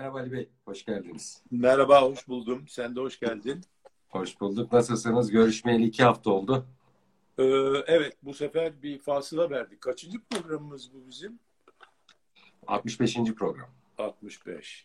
Merhaba Ali Bey, hoş geldiniz. Merhaba, hoş buldum. Sen de hoş geldin. Hoş bulduk. Nasılsınız? Görüşmeyeli 2 hafta oldu. Ee, evet, bu sefer bir fasıla verdik. Kaçıncı programımız bu bizim? 65. program. 65.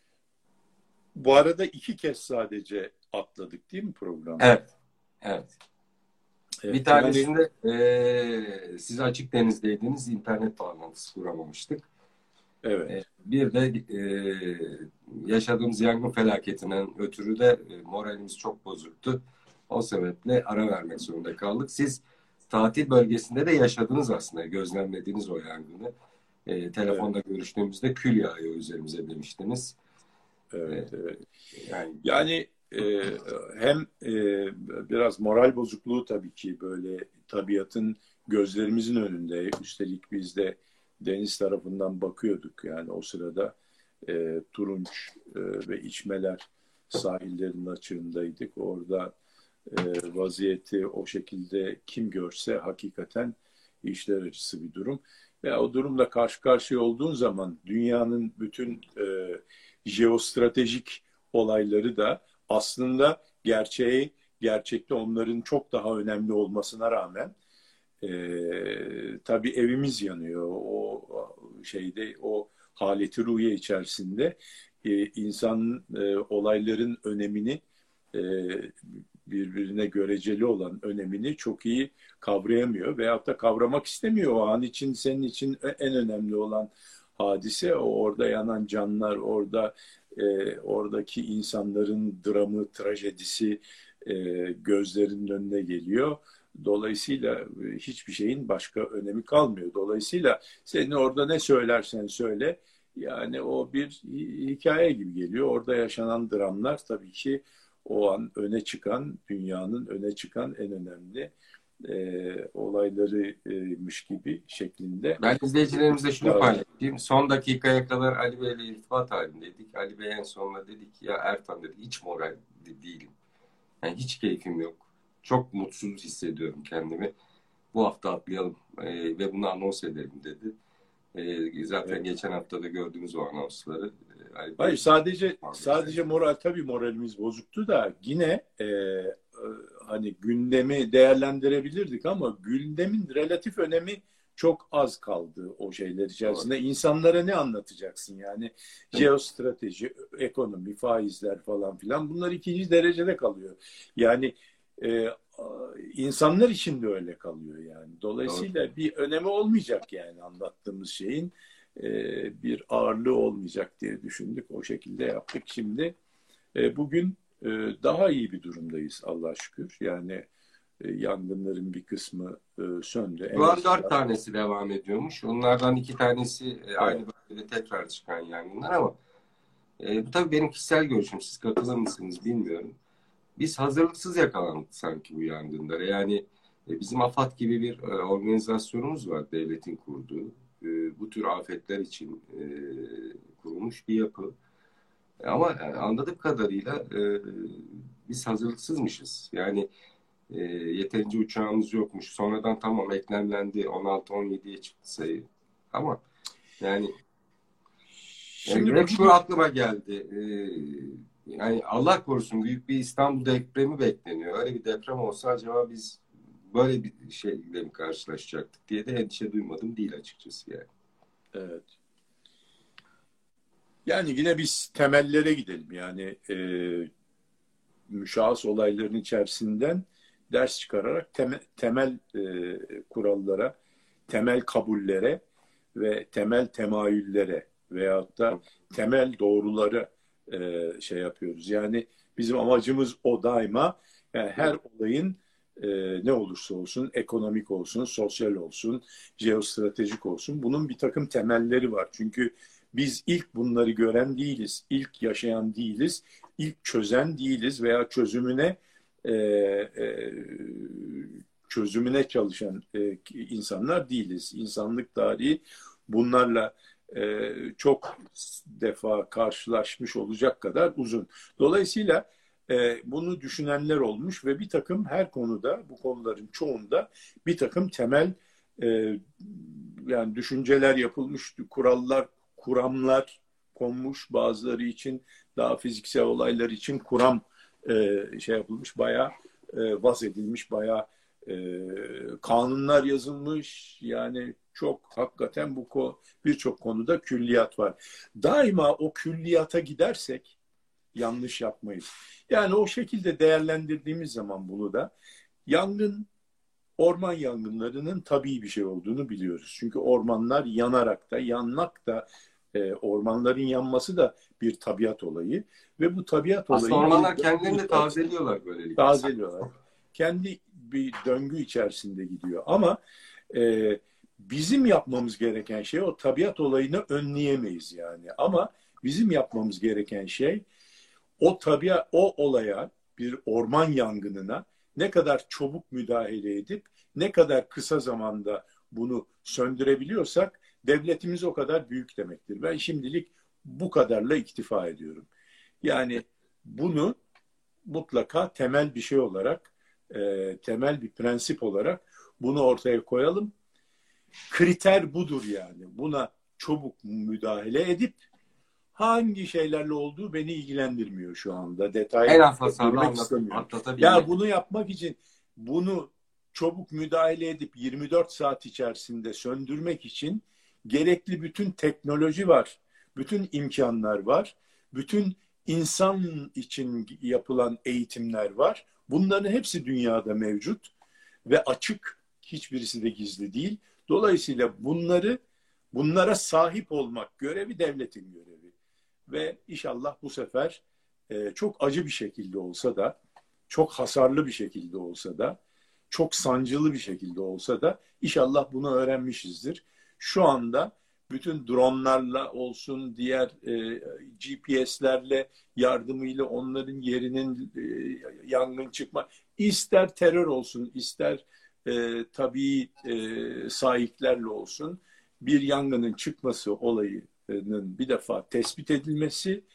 Bu arada 2 kez sadece atladık değil mi programı? Evet, evet. Bir Evet, yani tanesinde siz açık denizdeydiniz, internet bağlantısı kuramamıştık. evet, Bir de yaşadığımız yangın felaketinden ötürü de moralimiz çok bozuktu. O sebeple ara vermek zorunda kaldık. Siz tatil bölgesinde de yaşadınız aslında, gözlemlediniz o yangını. evet, Telefonda görüştüğümüzde kül yağıyor üzerimize demiştiniz. E, evet, evet. Yani Yani hem biraz moral bozukluğu tabii ki böyle tabiatın gözlerimizin önünde. Üstelik biz de deniz tarafından bakıyorduk. Yani o sırada Turunç ve İçmeler sahillerinin açığındaydık. Orada vaziyeti o şekilde kim görse hakikaten işler acısı bir durum. Ve o durumla karşı karşıya olduğun zaman dünyanın bütün jeostratejik olayları da aslında gerçekte onların çok daha önemli olmasına rağmen tabii evimiz yanıyor. O şeyde o haleti ruhiye içerisinde insan olayların önemini e, birbirine göreceli olan önemini çok iyi kavrayamıyor veyahut da kavramak istemiyor. O an için senin için en önemli olan hadise o orada yanan canlar, oradaki insanların dramı, trajedisi gözlerinin önüne geliyor. Dolayısıyla hiçbir şeyin başka önemi kalmıyor. Dolayısıyla senin orada ne söylersen söyle, yani o bir hikaye gibi geliyor. Orada yaşanan dramlar tabii ki o an öne çıkan, dünyanın öne çıkan en önemli olaylarıymış gibi şeklinde. ben izleyicilerimizle şunu paylaşayım. Son dakikaya kadar Ali Bey ile irtibat halindeydik. Ali Bey en sonunda dedi ki ya Ertan dedi hiç moral değilim. Yani hiç keyfim yok. Çok mutsuz hissediyorum kendimi. Bu hafta atlayalım ve bunu anons edelim dedi. Zaten Evet. geçen hafta da gördüğümüz o anonsları Ali Hayır, Bey sadece moral, tabii moralimiz bozuktu da yine hani gündemi değerlendirebilirdik ama gündemin relatif önemi çok az kaldı o şeyler doğru. içerisinde. İnsanlara ne anlatacaksın yani? Jeostrateji, ekonomi, faizler falan filan, bunlar ikinci derecede kalıyor. Yani e, insanlar için de öyle kalıyor yani. Doğru. Dolayısıyla bir önemi olmayacak yani anlattığımız şeyin bir ağırlığı olmayacak diye düşündük. O şekilde yaptık. Şimdi bugün daha iyi bir durumdayız Allah'a şükür. Yani yangınların bir kısmı söndü. Şu En an 4 azından. tanesi devam ediyormuş. Onlardan 2 tanesi Evet. aynı bölgede tekrar çıkan yangınlar ama bu tabii benim kişisel görüşüm. Siz katılır mısınız bilmiyorum. Biz hazırlıksız yakalandık sanki bu yangınlara. Yani bizim AFAD gibi bir organizasyonumuz var devletin kurduğu. Bu tür afetler için kurulmuş bir yapı. Ama anladığım kadarıyla biz hazırlıksızmışız. Yani yeterince uçağımız yokmuş. Sonradan tamam eklemlendi. 16-17'ye çıktı sayı. Ama yani Şimdi hep bu şu gibi. aklıma geldi. Yani Allah korusun büyük bir İstanbul depremi bekleniyor. Öyle bir deprem olsa acaba biz böyle bir şeyle mi karşılaşacaktık diye de endişe duymadım değil açıkçası yani. Evet. Yani yine biz temellere gidelim. Yani müşahhas olayların içerisinden ders çıkararak temel kurallara, temel kabullere ve temel temayüllere veyahut da temel doğruları şey yapıyoruz. Yani bizim amacımız o daima. Yani her olayın ne olursa olsun, ekonomik olsun, sosyal olsun, jeostratejik olsun, bunun bir takım temelleri var. Çünkü biz ilk bunları gören değiliz, ilk yaşayan değiliz, ilk çözen değiliz veya çözümüne çalışan insanlar değiliz. İnsanlık tarihi bunlarla çok defa karşılaşmış olacak kadar uzun. Dolayısıyla bunu düşünenler olmuş ve bir takım her konuda, bu konuların çoğunda bir takım temel e, yani düşünceler yapılmış, kurallar, kuramlar konmuş, bazıları için daha fiziksel olaylar için kuram şey yapılmış, bayağı vaz edilmiş, bayağı kanunlar yazılmış. Yani çok hakikaten birçok konuda külliyat var. Daima o külliyata gidersek yanlış yapmayız. Yani o şekilde değerlendirdiğimiz zaman bunu da orman yangınlarının tabii bir şey olduğunu biliyoruz. Çünkü ormanlar yanarak da, yanmak da, ormanların yanması da bir tabiat olayı. Ve bu tabiat Aslında olayı bir ormanlar kendilerini de tazeliyorlar böylelikle. tazeliyorlar. Kendi bir döngü içerisinde gidiyor. Ama bizim yapmamız gereken şey, o tabiat olayını önleyemeyiz yani. Ama bizim yapmamız gereken şey, o olaya, bir orman yangınına ne kadar çabuk müdahale edip ne kadar kısa zamanda bunu söndürebiliyorsak devletimiz o kadar büyük demektir. Ben şimdilik bu kadarla iktifa ediyorum. Yani bunu mutlaka temel bir şey olarak, temel bir prensip olarak bunu ortaya koyalım. Kriter budur yani. Buna çabuk müdahale edip hangi şeylerle olduğu beni ilgilendirmiyor şu anda. En Detay az hasarlı girmek istemiyorum. Ya atlatabilmek. bunu yapmak için, bunu çabuk müdahale edip 24 saat içerisinde söndürmek için gerekli bütün teknoloji var. Bütün imkanlar var. Bütün insan için yapılan eğitimler var. Bunların hepsi dünyada mevcut ve açık. Hiçbirisi de gizli değil. Dolayısıyla bunlara sahip olmak görevi devletin görevi. Ve inşallah bu sefer çok acı bir şekilde olsa da, çok hasarlı bir şekilde olsa da, çok sancılı bir şekilde olsa da inşallah bunu öğrenmişizdir. Şu anda bütün dronlarla olsun, diğer GPS'lerle yardımıyla onların yerinin yangın çıkma, ister terör olsun, ister tabii sahiplerle olsun, bir yangının çıkması olayının bir defa tespit edilmesi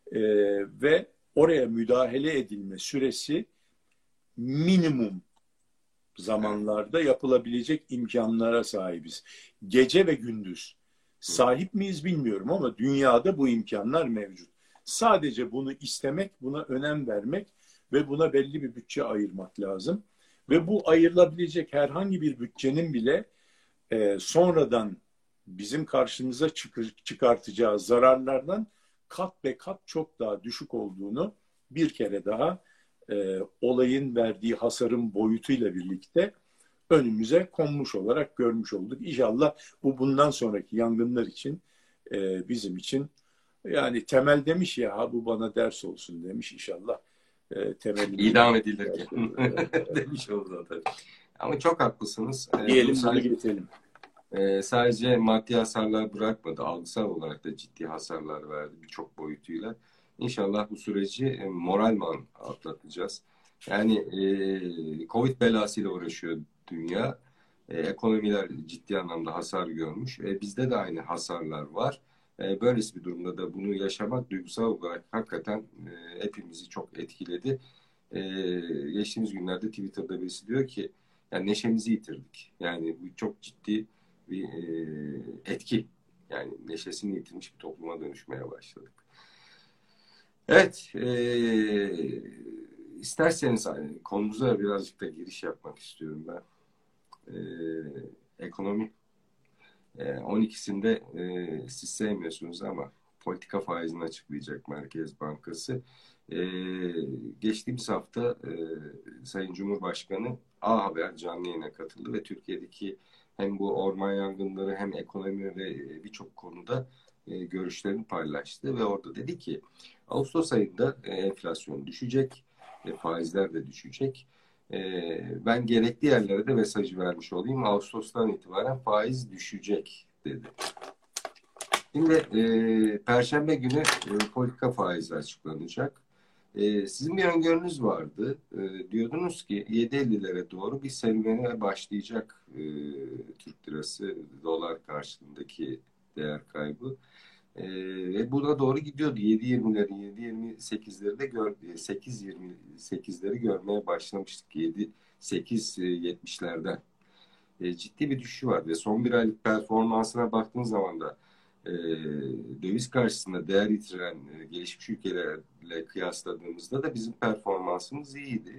ve oraya müdahale edilme süresi minimum zamanlarda yapılabilecek imkanlara sahibiz. Gece ve gündüz. Sahip miyiz bilmiyorum ama dünyada bu imkanlar mevcut. Sadece bunu istemek, buna önem vermek ve buna belli bir bütçe ayırmak lazım. Ve bu ayrılabilecek herhangi bir bütçenin bile sonradan bizim karşımıza çıkartacağı zararlardan kat ve kat çok daha düşük olduğunu bir kere daha olayın verdiği hasarın boyutuyla birlikte önümüze konmuş olarak görmüş olduk. İnşallah bu bundan sonraki yangınlar için bizim için, yani Temel demiş ya, bu bana ders olsun demiş, inşallah temelimiz İdam edilirken demiş oldu tabii. Ama çok haklısınız. Diyelim, bunu geçelim. Sadece maddi hasarlar bırakmadı. Algısal olarak da ciddi hasarlar verdi birçok boyutuyla. İnşallah bu süreci moralman atlatacağız. Yani Covid belasıyla uğraşıyor dünya. Ekonomiler ciddi anlamda hasar görmüş. Bizde de aynı hasarlar var. Böylesi bir durumda da bunu yaşamak duygusal olarak hakikaten hepimizi çok etkiledi. Geçtiğimiz günlerde Twitter'da birisi diyor ki yani neşemizi yitirdik. Yani bu çok ciddi bir etki. Yani neşesini yitirmiş bir topluma dönüşmeye başladık. Evet, isterseniz konumuza birazcık da giriş yapmak istiyorum ben. Ekonomi 12'sinde siz sevmiyorsunuz ama politika faizini açıklayacak Merkez Bankası. Geçtiğimiz hafta Sayın Cumhurbaşkanı A Haber canlı yayına katıldı ve Türkiye'deki hem bu orman yangınları hem ekonomi ve birçok konuda görüşlerini paylaştı ve orada dedi ki Ağustos ayında enflasyon düşecek, faizler de düşecek. Ben gerekli yerlere de mesajı vermiş olayım. Ağustos'tan itibaren faiz düşecek dedi. Şimdi Perşembe günü politika faizi açıklanacak. Sizin bir öngörünüz vardı. Diyordunuz ki 7.50'lere doğru bir serüvene başlayacak Türk lirası dolar karşılığındaki değer kaybı. Ve buna doğru gidiyordu. 7.20'leri, 7.28'leri de 8.28'leri görmeye başlamıştık. 8.70'lerden. Ciddi bir düşüş var ve son bir aylık performansına baktığın zaman da e, döviz karşısında değer yitiren gelişmiş ülkelerle kıyasladığımızda da bizim performansımız iyiydi.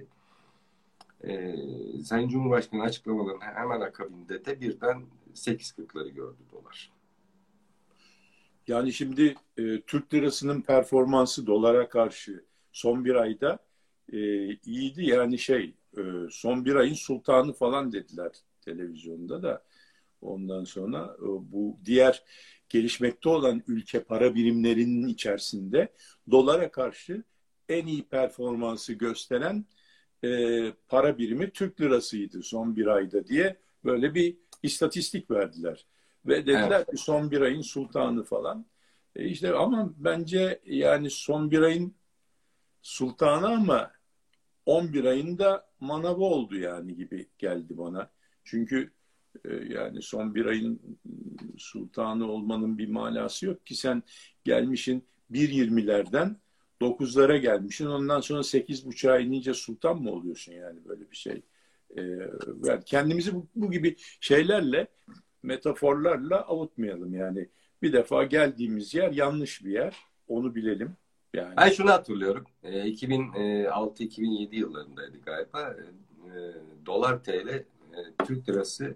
Sayın Cumhurbaşkanı açıklamalarının hemen akabinde de birden 8.40'ları gördü dolar. Yani şimdi Türk lirasının performansı dolara karşı son bir ayda iyiydi. Yani son bir ayın sultanı falan dediler televizyonda da. Ondan sonra bu diğer gelişmekte olan ülke para birimlerinin içerisinde dolara karşı en iyi performansı gösteren para birimi Türk lirasıydı son bir ayda diye böyle bir istatistik verdiler. Ve dediler Evet. ki son bir ayın sultanı falan. İşte ama bence yani son bir ayın sultanı ama 11 ayında manavı oldu yani gibi geldi bana. Çünkü yani son bir ayın sultanı olmanın bir manası yok ki sen gelmişin 1.20'lerden 9'lara gelmişsin. Ondan sonra 8.5'a inince sultan mı oluyorsun yani böyle bir şey. Yani kendimizi bu gibi şeylerle metaforlarla avutmayalım yani. Bir defa geldiğimiz yer yanlış bir yer. Onu bilelim. Ben Yani şunu hatırlıyorum. 2006-2007 yıllarındaydı galiba. Dolar TL, Türk lirası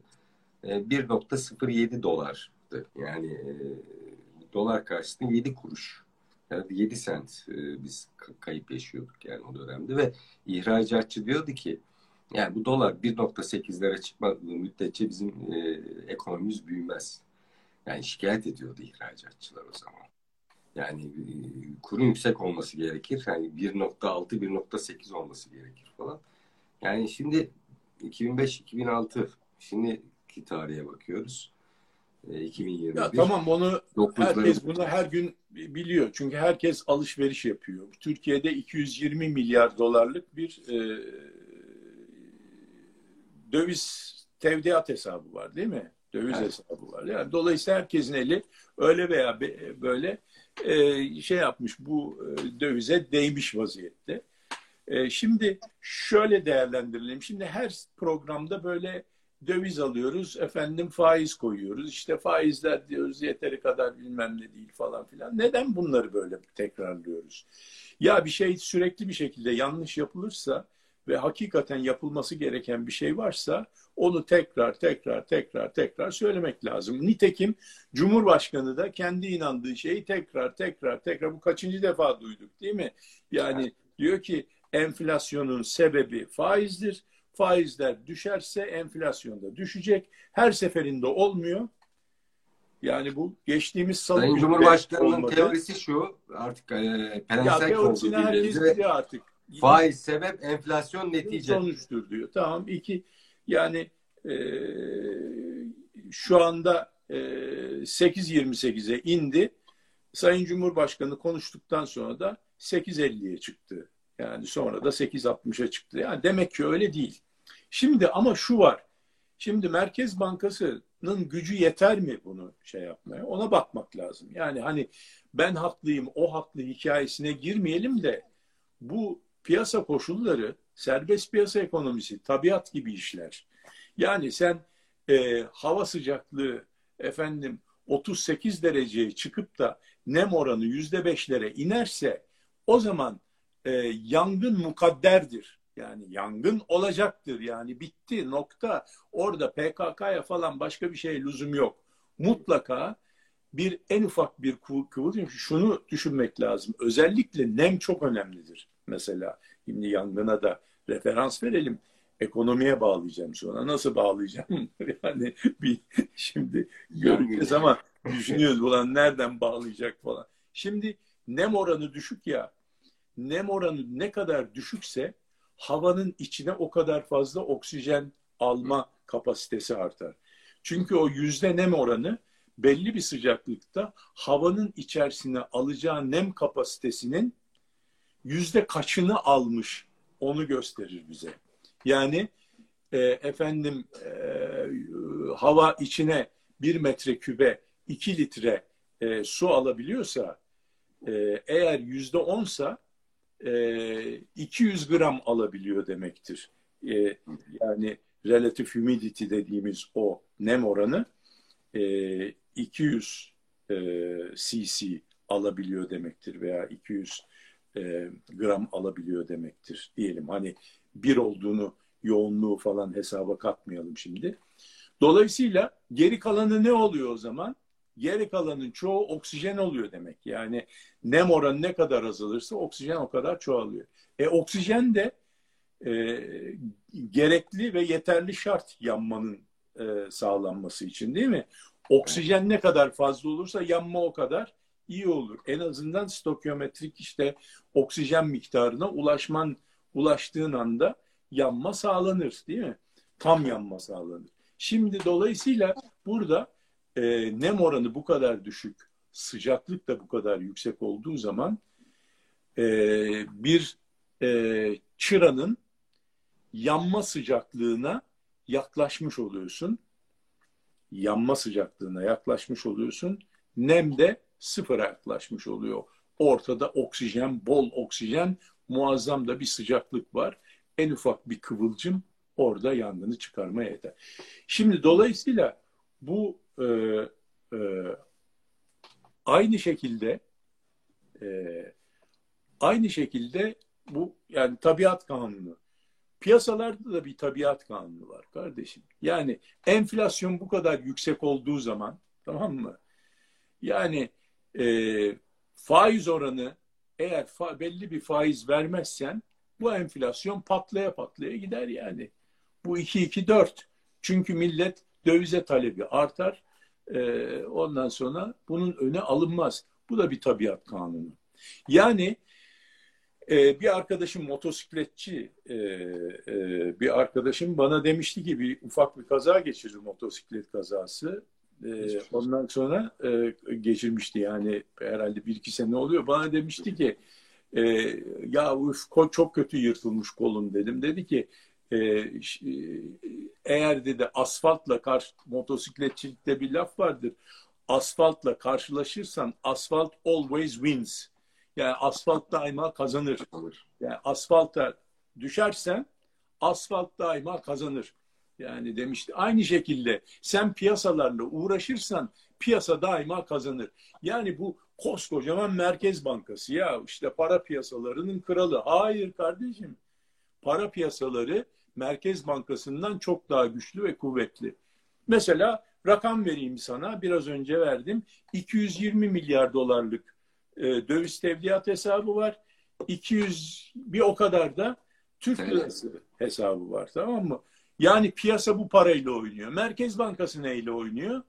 1.07 dolardı. Yani dolar karşısında 7 kuruş. Yani 7 sent biz kayıp yaşıyorduk yani o dönemde ve ihracatçı diyordu ki yani bu dolar 1.8'lere çıkmadığı müddetçe bizim ekonomimiz büyümez. Yani şikayet ediyordu ihracatçılar o zaman. Yani kurun yüksek olması gerekir. Yani 1.6, 1.8 olması gerekir falan. Yani şimdi 2005-2006 şimdiki tarihe bakıyoruz. ya 2021 tamam onu 9'ları herkes bunu her gün biliyor. Çünkü herkes alışveriş yapıyor. Türkiye'de 220 milyar dolarlık bir döviz tevdiat hesabı var değil mi? Döviz evet. hesabı var. Yani dolayısıyla herkesin eli öyle veya böyle şey yapmış bu dövize değmiş vaziyette. Şimdi şöyle değerlendirelim. Şimdi her programda böyle döviz alıyoruz, efendim faiz koyuyoruz. İşte faizler diyoruz yeteri kadar bilmem ne değil falan filan. Neden bunları böyle tekrarlıyoruz? Ya bir şey sürekli bir şekilde yanlış yapılırsa ve hakikaten yapılması gereken bir şey varsa onu tekrar söylemek lazım. Nitekim Cumhurbaşkanı da kendi inandığı şeyi tekrar bu kaçıncı defa duyduk değil mi? Yani diyor ki enflasyonun sebebi faizdir. Faizler düşerse enflasyon da düşecek. Her seferinde olmuyor. Yani bu geçtiğimiz salı Sayın günü de Cumhurbaşkanı'nın olmadı. teorisi şu artık Ya pelesenk oldu teorisini herkes dillerinde biliyor artık. faiz sebep enflasyon netice. Sonuçtur diyor. Tamam yani e, şu anda 8.28'e indi. Sayın Cumhurbaşkanı konuştuktan sonra da 8.50'ye çıktı. Yani sonra da 8.60'a çıktı. Yani demek ki öyle değil. Şimdi ama şu var. Şimdi Merkez Bankası'nın gücü yeter mi bunu şey yapmaya? Ona bakmak lazım. Yani hani ben haklıyım, o haklı hikayesine girmeyelim de bu piyasa koşulları, serbest piyasa ekonomisi, tabiat gibi işler. Yani sen hava sıcaklığı efendim 38 dereceye çıkıp da nem oranı %5'lere inerse o zaman yangın mukadderdir. Yani yangın olacaktır. Yani bitti nokta. Orada PKK'ya falan başka bir şey lüzum yok. Mutlaka bir en ufak bir kıvılcım şunu düşünmek lazım. Özellikle nem çok önemlidir. Mesela şimdi yangına da referans verelim. Ekonomiye bağlayacağım sonra. Nasıl bağlayacağım? Yani bir şimdi Yangın. göreceğiz ama düşünüyoruz ulan nereden bağlayacak falan. Şimdi nem oranı düşük ya. Nem oranı ne kadar düşükse havanın içine o kadar fazla oksijen alma kapasitesi artar. Çünkü o yüzde nem oranı belli bir sıcaklıkta havanın içerisine alacağı nem kapasitesinin yüzde kaçını almış onu gösterir bize. Yani hava içine 1 metrekübe 2 litre su alabiliyorsa eğer %10'sa 200 gram alabiliyor demektir. Yani relative humidity dediğimiz o nem oranı 200 cc alabiliyor demektir veya 200 gram alabiliyor demektir diyelim. Hani bir olduğunu, yoğunluğu falan hesaba katmayalım şimdi. Dolayısıyla geri kalanı ne oluyor o zaman? Geri kalanın çoğu oksijen oluyor demek. Yani nem oranı ne kadar azalırsa oksijen o kadar çoğalıyor. Oksijen de gerekli ve yeterli şart yanmanın sağlanması için, değil mi? Oksijen ne kadar fazla olursa yanma o kadar iyi olur. En azından stokyometrik işte oksijen miktarına ulaştığın anda yanma sağlanır, değil mi? Tam yanma sağlanır. Şimdi dolayısıyla burada nem oranı bu kadar düşük, sıcaklık da bu kadar yüksek olduğu zaman bir çıranın yanma sıcaklığına yaklaşmış oluyorsun. Yanma sıcaklığına yaklaşmış oluyorsun. Nem de sıfıra yaklaşmış oluyor. Ortada oksijen, bol oksijen, muazzam da bir sıcaklık var. En ufak bir kıvılcım orada yangını çıkarmaya yeter. Şimdi dolayısıyla bu aynı şekilde bu yani tabiat kanunu. Piyasalarda da bir tabiat kanunu var kardeşim. Yani enflasyon bu kadar yüksek olduğu zaman, tamam mı? Yani faiz oranı, eğer belli bir faiz vermezsen bu enflasyon patlaya patlaya gider yani. Bu 2-2-4. Çünkü millet dövize talebi artar. Ondan sonra bunun önü alınmaz. Bu da bir tabiat kanunu. Yani bir arkadaşım motosikletçi, bir arkadaşım bana demişti ki bir ufak bir kaza geçirdi, motosiklet kazası. Ondan sonra geçirmişti yani herhalde 1-2 sene oluyor. Bana demişti ki ya çok kötü yırtılmış kolum dedim. Dedi ki eğer dedi motosikletçilikte bir laf vardır. Asfaltla karşılaşırsan asfalt always wins. Yani asfalt daima kazanır. Yani asfalta düşersen asfalt daima kazanır. Yani demişti. Aynı şekilde sen piyasalarla uğraşırsan piyasa daima kazanır. Yani bu koskocaman Merkez Bankası ya işte para piyasalarının kralı. Hayır kardeşim. Para piyasaları Merkez Bankası'ndan çok daha güçlü ve kuvvetli. Mesela rakam vereyim sana. Biraz önce verdim. 220 milyar dolarlık döviz tevdiat hesabı var. 200 bir o kadar da Türk lirası hesabı var, tamam mı? Yani piyasa bu parayla oynuyor. Merkez Bankası neyle oynuyor?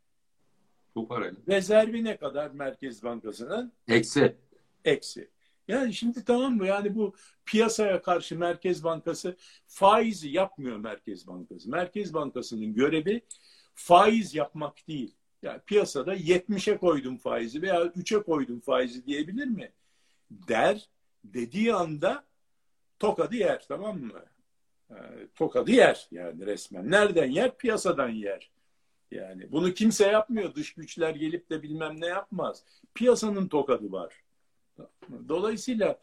Bu parayla. Rezervi ne kadar Merkez Bankası'nın? Eksi. Eksi. Yani şimdi tamam mı? Yani bu piyasaya karşı Merkez Bankası faizi yapmıyor Merkez Bankası. Merkez Bankası'nın görevi faiz yapmak değil. Yani piyasada 70'e koydum faizi veya 3'e koydum faizi diyebilir mi? Dediği anda tokadı yer, tamam mı? Tokadı yer yani resmen. Nereden yer? Piyasadan yer. Yani bunu kimse yapmıyor. Dış güçler gelip de bilmem ne yapmaz. Piyasanın tokadı var. Dolayısıyla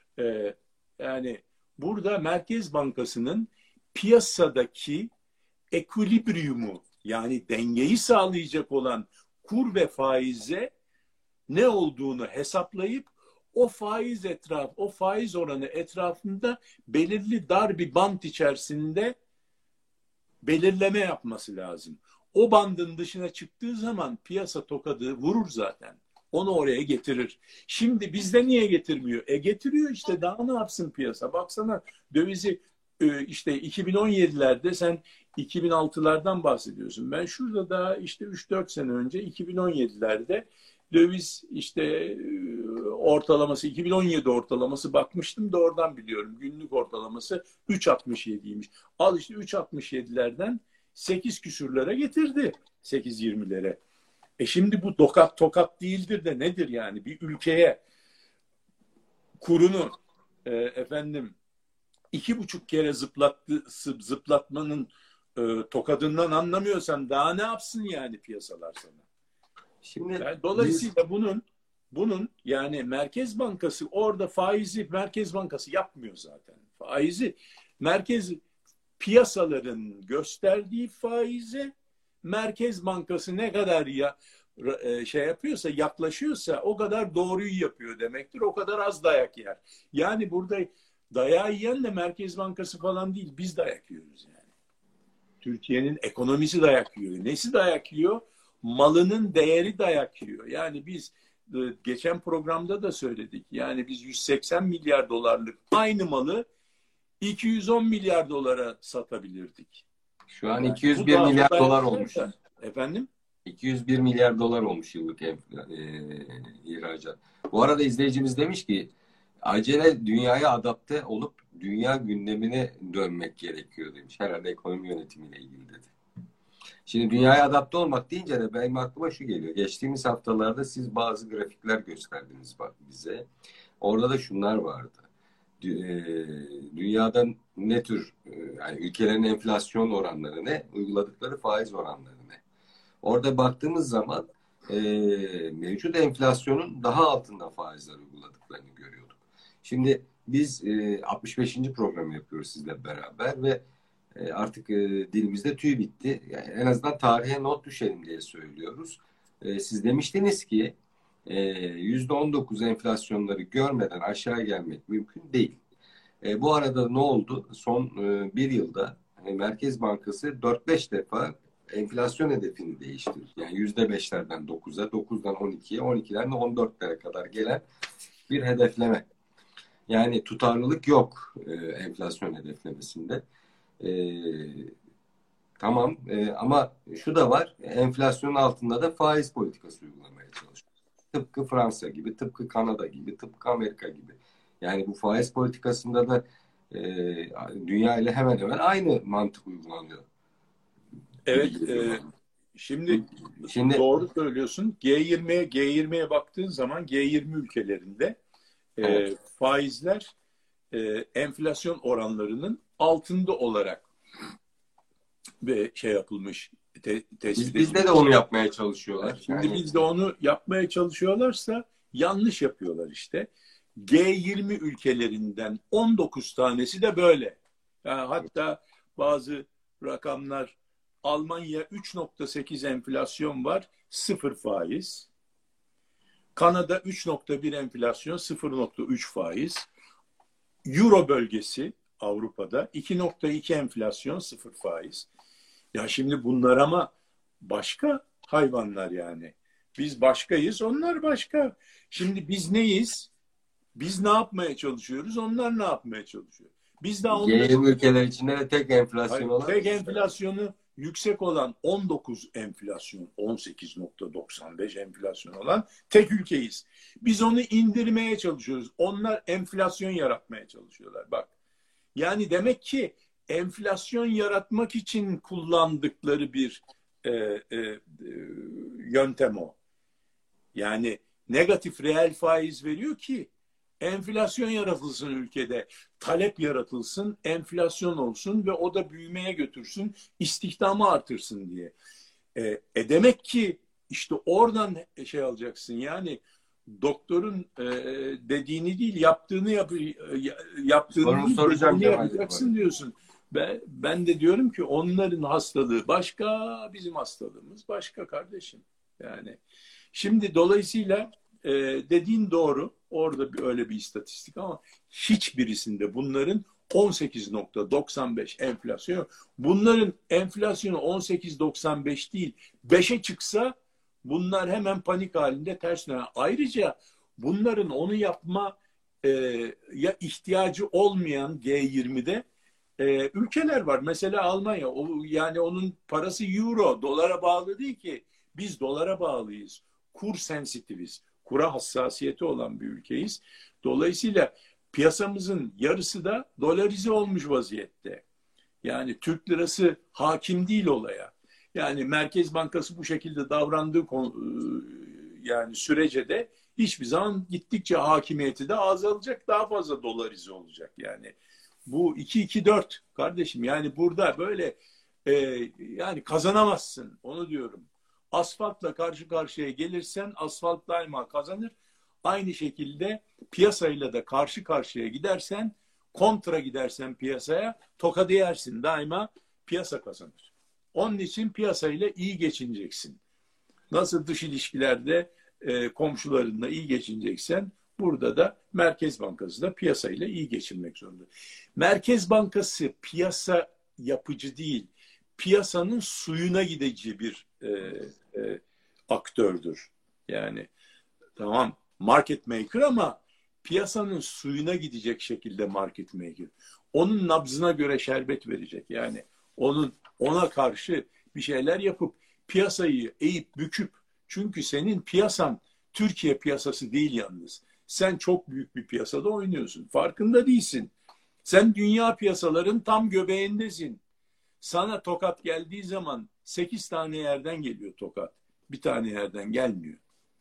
yani burada Merkez Bankası'nın piyasadaki ekvilibriyumu yani dengeyi sağlayacak olan kur ve faize ne olduğunu hesaplayıp o faiz oranı etrafında belirli dar bir bant içerisinde belirleme yapması lazım. O bandın dışına çıktığı zaman piyasa tokadı vurur zaten. Onu oraya getirir. Şimdi bizde niye getirmiyor? Getiriyor işte, daha ne yapsın piyasa? Baksana dövizi işte 2017'lerde sen 2006'lardan bahsediyorsun. Ben şurada daha işte 3-4 sene önce 2017'lerde döviz işte ortalaması 2017 ortalaması bakmıştım da oradan biliyorum. Günlük ortalaması 3.67'ymiş. Al işte 3.67'lerden 8 küsürlere getirdi. 8.20'lere. Şimdi bu tokat değildir de nedir yani? Bir ülkeye kurunu 2,5 kere zıplatmanın tokadından anlamıyorsan daha ne yapsın yani piyasalar sana? Şimdi yani dolayısıyla bunun yani Merkez Bankası orada faizi Merkez Bankası yapmıyor zaten. Faizi piyasaların gösterdiği faize Merkez Bankası ne kadar şey yapıyorsa, yaklaşıyorsa o kadar doğruyu yapıyor demektir. O kadar az dayak yer. Yani burada dayağı yiyen de Merkez Bankası falan değil. Biz dayak yiyoruz yani. Türkiye'nin ekonomisi dayak yiyor. Nesi dayak yiyor? Malının değeri dayak yiyor. Yani biz geçen programda da söyledik. Yani biz 180 milyar dolarlık aynı malı 210 milyar dolara satabilirdik. Şu an Yani bu 201 daha da milyar dolar dayak olmuş. da. Efendim? 201 milyar dolar olmuş yıllık ihracat. Bu arada izleyicimiz demiş ki acele dünyaya adapte olup dünya gündemine dönmek gerekiyor demiş. Herhalde ekonomi yönetimiyle ilgili dedi. Şimdi dünyaya adapte olmak deyince de benim aklıma şu geliyor. Geçtiğimiz haftalarda siz bazı grafikler gösterdiniz bak bize. Orada da şunlar vardı. Dünyada ne tür yani ülkelerin enflasyon oranları ne, uyguladıkları faiz oranları ne? Orada baktığımız zaman mevcut enflasyonun daha altında faizler uyguladıklarını görüyorduk. Şimdi biz 65. programı yapıyoruz sizle beraber ve artık dilimizde tüy bitti. Yani en azından tarihe not düşelim diye söylüyoruz. Siz demiştiniz ki %19 enflasyonları görmeden aşağı gelmek mümkün değil. Bu arada ne oldu? Son bir yılda Merkez Bankası 4-5 defa enflasyon hedefini değiştirdi. Yani %5'lerden 9'a, 9'dan 12'ye, 12'den de 14'lere kadar gelen bir hedefleme. Yani tutarlılık yok enflasyon hedeflemesinde. Tamam ama şu da var, enflasyonun altında da faiz politikası uygulamaya çalışıyor. Tıpkı Fransa gibi, tıpkı Kanada gibi, tıpkı Amerika gibi. Yani bu faiz politikasında da dünya ile hemen hemen aynı mantık uygulanıyor. Evet, şimdi doğru söylüyorsun. G20'ye baktığın zaman G20 ülkelerinde evet, faizler enflasyon oranlarının altında olarak ve şey yapılmış, tespit edilmiş. Bizde de onu yapmaya çalışıyorlar. Şimdi bizde onu yapmaya çalışıyorlarsa yanlış yapıyorlar işte. G20 ülkelerinden 19 tanesi de böyle. Yani hatta bazı rakamlar, Almanya 3.8 enflasyon var, 0 faiz. Kanada 3.1 enflasyon, 0.3 faiz. Euro bölgesi Avrupa'da 2.2 enflasyon, 0 faiz. Ya şimdi bunlar ama başka hayvanlar yani. Biz başkayız, onlar başka. Şimdi biz neyiz? Biz ne yapmaya çalışıyoruz? Onlar ne yapmaya çalışıyor? Biz daha onların... G20 ülkeler içinde de tek enflasyon olan... Tek enflasyonu yüksek olan 19 enflasyon, 18.95 enflasyon olan tek ülkeyiz. Biz onu indirmeye çalışıyoruz. Onlar enflasyon yaratmaya çalışıyorlar. Bak. Yani demek ki enflasyon yaratmak için kullandıkları bir yöntem o. Yani negatif reel faiz veriyor ki enflasyon yaratılsın ülkede, talep yaratılsın, enflasyon olsun ve o da büyümeye götürsün, istihdamı artırsın diye. Demek ki işte oradan şey alacaksın yani doktorun dediğini değil yaptığını yapacaksın diyorsun. Ben de diyorum ki onların hastalığı başka, bizim hastalığımız başka kardeşim. Yani şimdi dolayısıyla dediğin doğru. Orada öyle bir istatistik ama hiçbirisinde bunların 18.95 enflasyon. Bunların enflasyonu 18.95 değil 5'e çıksa bunlar hemen panik halinde ters döner. Ayrıca bunların onu yapma ya ihtiyacı olmayan G20'de ülkeler var. Mesela Almanya. Yani onun parası euro, dolara bağlı değil ki. Biz dolara bağlıyız. Kur sensitiviz. Kura hassasiyeti olan bir ülkeyiz. Dolayısıyla piyasamızın yarısı da dolarize olmuş vaziyette. Yani Türk lirası hakim değil olaya. Yani Merkez Bankası bu şekilde davrandığı yani sürece de hiçbir zaman gittikçe hakimiyeti de azalacak, daha fazla dolarize olacak yani. Bu 2-2-4 kardeşim yani burada böyle yani kazanamazsın onu diyorum. Asfaltla karşı karşıya gelirsen asfalt daima kazanır. Aynı şekilde piyasayla da karşı karşıya gidersen, kontra gidersen piyasaya tokadı yersin. Daima piyasa kazanır. Onun için piyasayla iyi geçineceksin. Nasıl dış ilişkilerde komşularınla iyi geçineceksen, burada da Merkez Bankası da piyasayla iyi geçinmek zorunda. Merkez Bankası piyasa yapıcı değil, piyasanın suyuna gidici bir aktördür. Yani tamam market maker ama piyasanın suyuna gidecek şekilde market maker. Onun nabzına göre şerbet verecek. Yani ona karşı bir şeyler yapıp piyasayı eğip büküp, çünkü senin piyasan Türkiye piyasası değil yalnız. Sen çok büyük bir piyasada oynuyorsun. Farkında değilsin. Sen dünya piyasaların tam göbeğindesin. Sana tokat geldiği zaman 8 tane yerden geliyor tokat. Bir tane yerden gelmiyor.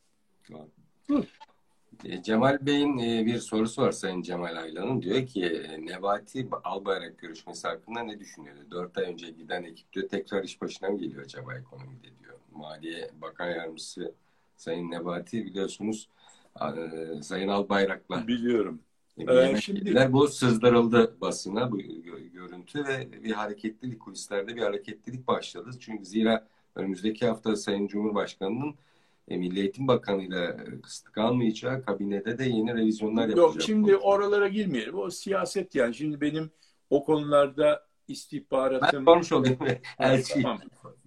Cemal Bey'in bir sorusu var, Sayın Cemal Aylan'ın. Diyor ki Nebati Albayrak görüşmesi hakkında ne düşünüyor? 4 ay önce giden ekip diyor tekrar iş başına mı geliyor acaba ekonomide diyor. Maliye Bakan Yardımcısı Sayın Nebati biliyorsunuz Sayın Albayrak'la biliyorum. Şimdi bu sızdırıldı basına, bu görüntü ve bir hareketlilik, kulislerde bir hareketlilik başladı. Çünkü zira önümüzdeki hafta Sayın Cumhurbaşkanı'nın Milli Eğitim Bakanı ile kısıtlı kalmayacağı, kabinede de yeni revizyonlar yapacak. Yok, şimdi oralara girmeyelim. O siyaset yani. Şimdi benim o konularda istihbaratım... Ben sormuş olayım. Tamam.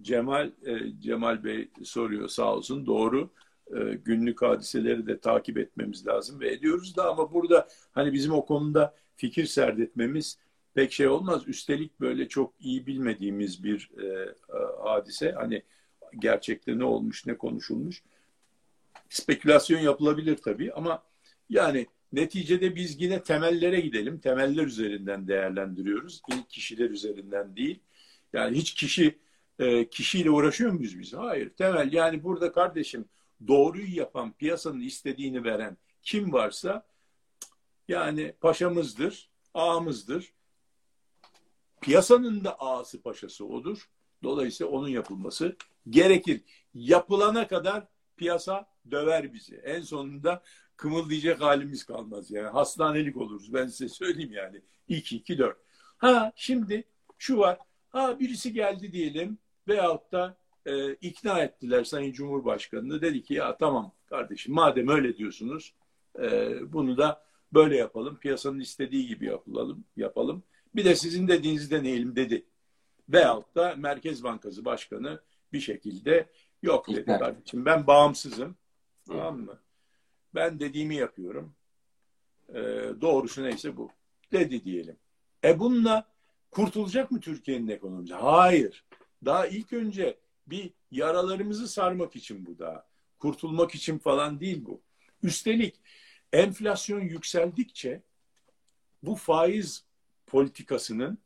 Cemal Bey soruyor sağ olsun. Doğru. Günlük hadiseleri de takip etmemiz lazım ve ediyoruz da, ama burada hani bizim o konuda fikir serdetmemiz pek şey olmaz. Üstelik böyle çok iyi bilmediğimiz bir hadise. Hani gerçekte ne olmuş, ne konuşulmuş. Spekülasyon yapılabilir tabii ama yani neticede biz yine temellere gidelim. Temeller üzerinden değerlendiriyoruz. İlk kişiler üzerinden değil. Yani hiç kişiyle uğraşıyor muyuz biz? Hayır. Temel, yani burada kardeşim doğruyu yapan, piyasanın istediğini veren kim varsa yani paşamızdır, ağamızdır. Piyasanın da ağası paşası odur. Dolayısıyla onun yapılması gerekir. Yapılana kadar piyasa döver bizi. En sonunda kımıldayacak halimiz kalmaz. Yani hastanelik oluruz. Ben size söyleyeyim yani. 2-2-4. Şimdi şu var. Birisi geldi diyelim veyahut da ikna ettiler Sayın Cumhurbaşkanı'nı. Dedi ki ya tamam kardeşim, madem öyle diyorsunuz bunu da böyle yapalım. Piyasanın istediği gibi yapalım. Bir de sizin dediğinizi deneyelim dedi. Veyahut da Merkez Bankası Başkanı bir şekilde yok dedi kardeşim, ben bağımsızım. Tamam mı? Ben dediğimi yapıyorum. Doğrusu neyse bu. Dedi diyelim. Bununla kurtulacak mı Türkiye'nin ekonomisi? Hayır. Daha ilk önce bir yaralarımızı sarmak için bu daha. Kurtulmak için falan değil bu. Üstelik enflasyon yükseldikçe bu faiz politikasının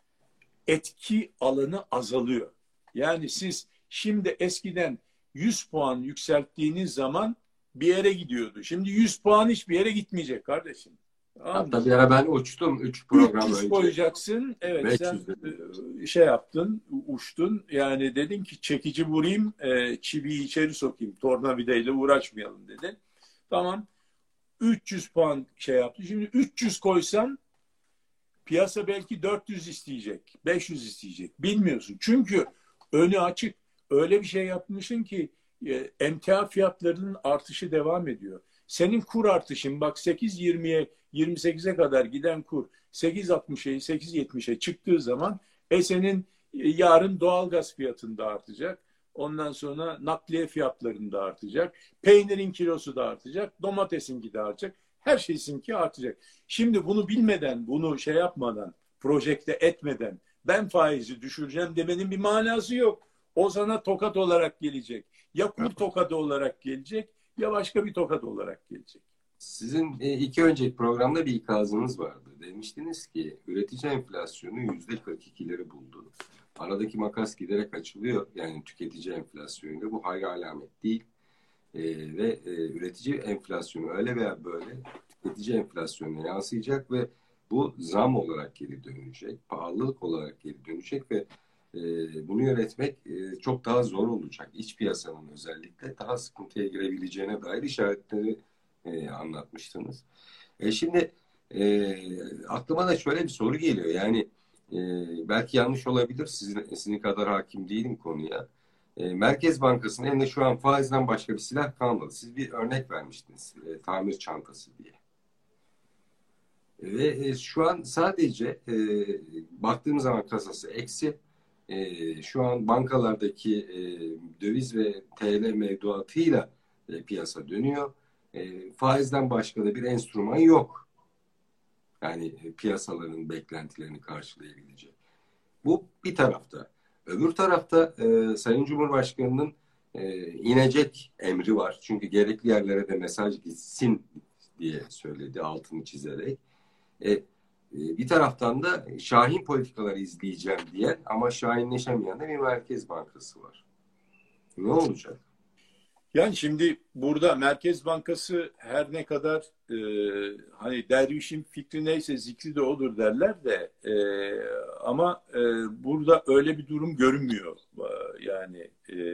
etki alanı azalıyor. Yani siz şimdi eskiden 100 puan yükselttiğiniz zaman bir yere gidiyordu. Şimdi 100 puan hiçbir yere gitmeyecek kardeşim. Hatta bir ara ben uçtum 3 program 300 önce. koyacaksın. Evet 500 sen şey yaptın, uçtun. Yani dedin ki çekici vurayım, çiviyi içeri sokayım. Tornavidayla uğraşmayalım dedin. Tamam. 300 puan şey yaptı. Şimdi 300 koysan piyasa belki 400 isteyecek, 500 isteyecek. Bilmiyorsun. Çünkü önü açık. Öyle bir şey yapmışsın ki emtia fiyatlarının artışı devam ediyor. Senin kur artışın bak 8.20'ye 28'e kadar giden kur 8.60'a 8.70'e çıktığı zaman senin yarın doğalgaz fiyatında artacak. Ondan sonra nakliye fiyatlarında artacak. Peynirin kilosu da artacak. Domatesinki de artacak. Her şeysinki artacak. Şimdi bunu bilmeden, bunu şey yapmadan, projekte etmeden ben faizi düşüreceğim demenin bir manası yok. O sana tokat olarak gelecek. Ya kur tokadı olarak gelecek ya başka bir tokat olarak gelecek. Sizin 2 önceki programda bir ikazınız vardı. Demiştiniz ki üretici enflasyonu %42'leri buldu. Aradaki makas giderek açılıyor. Yani tüketici enflasyonuyla bu hayra alamet değil. Ve üretici enflasyonu öyle veya böyle tüketici enflasyonuna yansıyacak ve bu zam olarak geri dönecek, pahalılık olarak geri dönecek ve bunu yönetmek çok daha zor olacak. İç piyasanın özellikle daha sıkıntıya girebileceğine dair işaretleri anlatmıştınız. Şimdi aklıma da şöyle bir soru geliyor. Yani belki yanlış olabilir. Sizin kadar hakim değilim konuya. Merkez Bankası'nın elinde şu an faizden başka bir silah kalmadı. Siz bir örnek vermiştiniz. Tamir çantası diye. Ve şu an sadece baktığımız zaman kasası eksi. Şu an bankalardaki döviz ve TL mevduatıyla piyasa dönüyor. Faizden başka da bir enstrüman yok. Yani piyasaların beklentilerini karşılayabilecek. Bu bir tarafta. Öbür tarafta Sayın Cumhurbaşkanı'nın inecek emri var. Çünkü gerekli yerlere de mesaj gitsin diye söyledi altını çizerek. Bir taraftan da şahin politikaları izleyeceğim diyen ama şahinleşemeyen de bir Merkez Bankası var. Ne olacak? Yani şimdi burada Merkez Bankası her ne kadar hani dervişin fikri neyse zikri de odur derler de ama burada öyle bir durum görünmüyor. Yani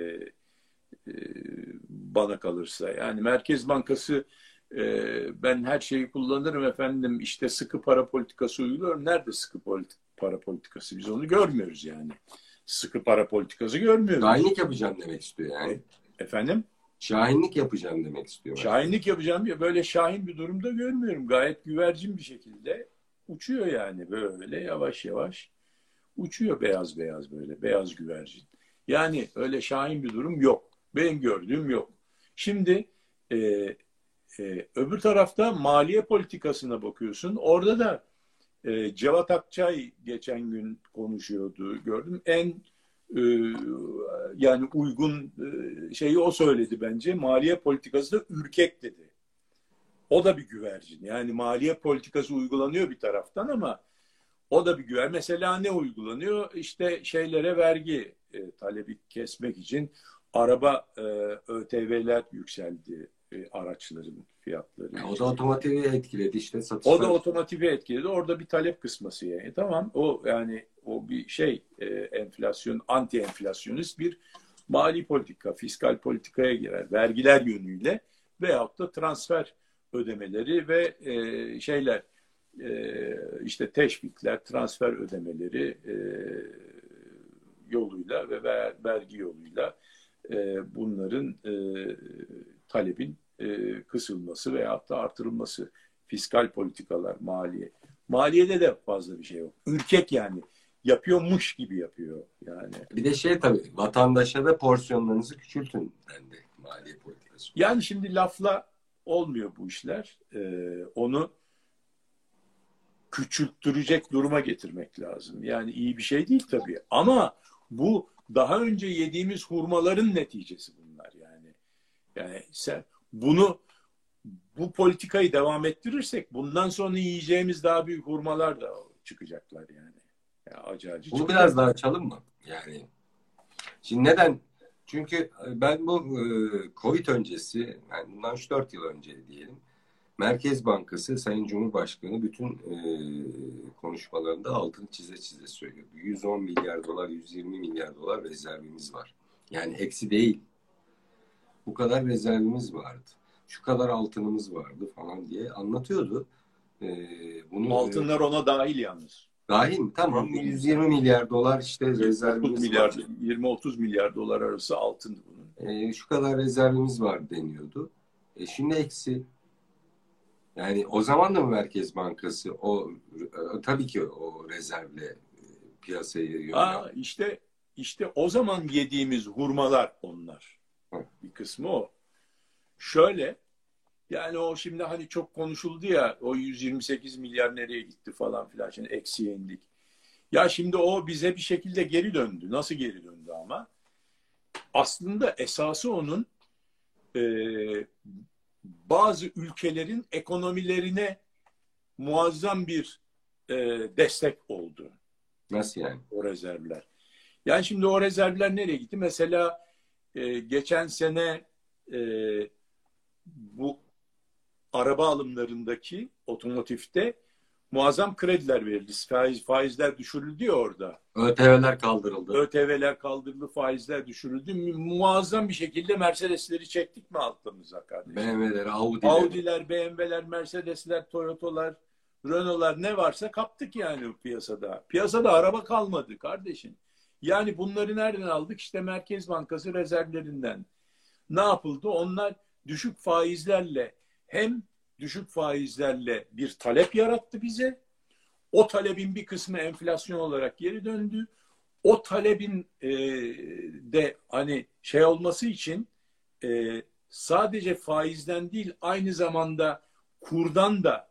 bana kalırsa. Yani Merkez Bankası ben her şeyi kullanırım efendim işte sıkı para politikası uyguluyorum. Nerede sıkı para politikası? Biz onu görmüyoruz yani. Sıkı para politikası görmüyoruz. Şahinlik yapacağım demek istiyor yani. Efendim? Şahinlik yapacağım demek istiyor. Şahinlik yapacağım diye böyle şahin bir durumda görmüyorum. Gayet güvercin bir şekilde uçuyor yani böyle yavaş yavaş uçuyor beyaz beyaz böyle beyaz güvercin. Yani öyle şahin bir durum yok. Benim gördüğüm yok. Şimdi öbür tarafta maliye politikasına bakıyorsun. Orada da Cevat Akçay geçen gün konuşuyordu gördüm. En yani uygun şeyi o söyledi bence. Maliye politikası da ürkek dedi. O da bir güvercin. Yani maliye politikası uygulanıyor bir taraftan ama o da bir güvercin. Mesela ne uygulanıyor? İşte şeylere vergi talebi kesmek için araba ÖTV'ler yükseldi araçların fiyatları. Yani o da otomotivi etkiledi işte satışlar. O da otomotivi etkiledi. Orada bir talep kısması yani. Tamam o yani o bir şey enflasyon, anti enflasyonist bir mali politika, fiskal politikaya girer. Vergiler yönüyle veyahut da transfer ödemeleri ve şeyler işte teşvikler, transfer ödemeleri yoluyla ve vergi yoluyla bunların talebin kısılması veyahut da artırılması. Fiskal politikalar, maliye. Maliyede de fazla bir şey yok. Ürkek yani. Yapıyormuş gibi yapıyor yani. Bir de şey tabii vatandaşa da porsiyonlarınızı küçültün dendi maliye politikası. Yani şimdi lafla olmuyor bu işler. Onu küçülttürecek duruma getirmek lazım. Yani iyi bir şey değil tabii. Ama bu daha önce yediğimiz hurmaların neticesi bunlar yani. Yani sen bu politikayı devam ettirirsek bundan sonra yiyeceğimiz daha büyük hurmalar da çıkacaklar yani. Ya acı Bunu biraz daha açalım mı? Yani şimdi neden? Çünkü ben bu Covid öncesi, yani bundan 3-4 yıl önce diyelim, Merkez Bankası Sayın Cumhurbaşkanı bütün konuşmalarında altını çize çize söylüyor. 110 milyar dolar, 120 milyar dolar rezervimiz var. Yani eksi değil. Bu kadar rezervimiz vardı. Şu kadar altınımız vardı falan diye anlatıyordu. Altınlar ona dahil yalnız. Dahil mi? Tamam. 120 milyar dolar işte rezervimiz var. 20-30 milyar dolar arası altındı bunun. Şu kadar rezervimiz var deniyordu. Şimdi eksi. Yani o zaman da mı Merkez Bankası tabii ki o rezervle piyasayı yönetiyor. İşte o zaman yediğimiz hurmalar onlar. Hı. Bir kısmı o. Şöyle yani o şimdi hani çok konuşuldu ya o 128 milyar nereye gitti falan filan şimdi eksiye indik. Ya şimdi o bize bir şekilde geri döndü. Nasıl geri döndü ama? Aslında esası onun bazı ülkelerin ekonomilerine muazzam bir destek oldu. Nasıl yani? O rezervler. Yani şimdi o rezervler nereye gitti? Mesela geçen sene bu araba alımlarındaki otomotivde muazzam krediler verildi. Faizler düşürüldü ya orada. ÖTV'ler kaldırıldı. ÖTV'ler kaldırıldı, faizler düşürüldü. Muazzam bir şekilde Mercedes'leri çektik mi altımıza kardeşim? BMW'ler, Audi'ler, BMW'ler, Mercedes'ler, Toyota'lar, Renault'lar ne varsa kaptık yani piyasada. Piyasada araba kalmadı kardeşim. Yani bunları nereden aldık? İşte Merkez Bankası rezervlerinden. Ne yapıldı? Onlar düşük faizlerle, hem düşük faizlerle bir talep yarattı bize. O talebin bir kısmı enflasyon olarak geri döndü. O talebin de hani şey olması için sadece faizden değil, aynı zamanda kurdan da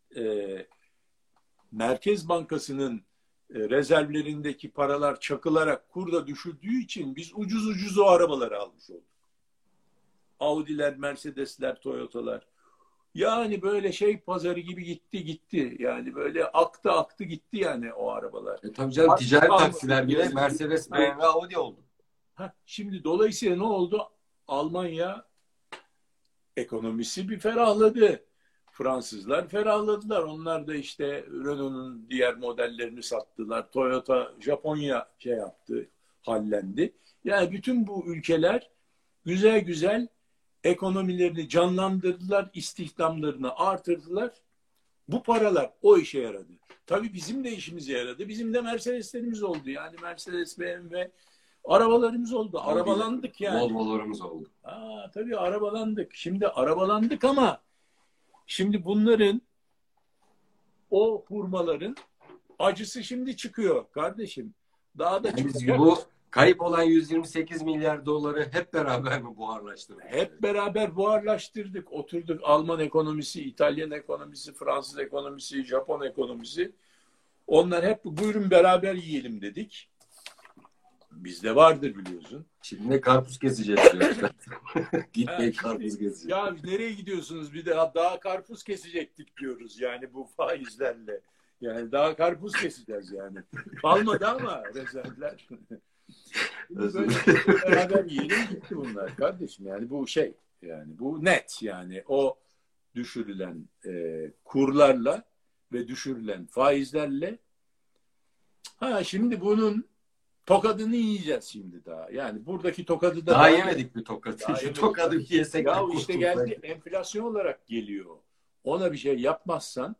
Merkez Bankası'nın rezervlerindeki paralar çakılarak kurda düşürdüğü için biz ucuz ucuz o arabaları almış olduk. Audi'ler, Mercedes'ler, Toyota'lar. Yani böyle şey pazarı gibi gitti. Yani böyle aktı gitti yani o arabalar. Tabii canım, ticaret taksiler bile Yazık. Mercedes, BMW, Audi oldu. Şimdi dolayısıyla ne oldu? Almanya ekonomisi bir ferahladı. Fransızlar ferahladılar. Onlar da işte Renault'un diğer modellerini sattılar. Toyota, Japonya şey yaptı, hallendi. Yani bütün bu ülkeler güzel güzel ekonomilerini canlandırdılar, istihdamlarını artırdılar. Bu paralar o işe yaradı. Tabii bizim de işimize yaradı. Bizim de Mercedeslerimiz oldu. Yani Mercedes, BMW arabalarımız oldu. Arabalandık yani. Volvo'larımız oldu. Tabii arabalandık. Şimdi arabalandık ama şimdi bunların, o hurmaların acısı şimdi çıkıyor kardeşim. Daha da Biz çıkacak. bu kayıp olan 128 milyar doları hep beraber mi buharlaştırdık? Hep beraber buharlaştırdık. Oturduk, Alman ekonomisi, İtalyan ekonomisi, Fransız ekonomisi, Japon ekonomisi. Onlar hep buyurun beraber yiyelim dedik. Bizde vardır biliyorsun. Şimdi ne karpuz keseceğiz diyor. Gitmeyin karpuz keseceğiz. Ya nereye gidiyorsunuz? Bir de daha karpuz kesecektik diyoruz yani bu faizlerle. Yani daha karpuz keseceğiz yani. Kalmadı ama rezervler. Böyle beraber yiyelim gitti bunlar kardeşim. Yani bu şey, yani bu net, yani o düşürülen kurlarla ve düşürülen faizlerle. Şimdi bunun tokadını yiyeceğiz şimdi daha. Yani buradaki tokadı da daha yemedik bir tokadı. Daha Şu yemedik. tokadı bir yesek de Ya işte kurtulsak. geldi, enflasyon olarak geliyor. Ona bir şey yapmazsan,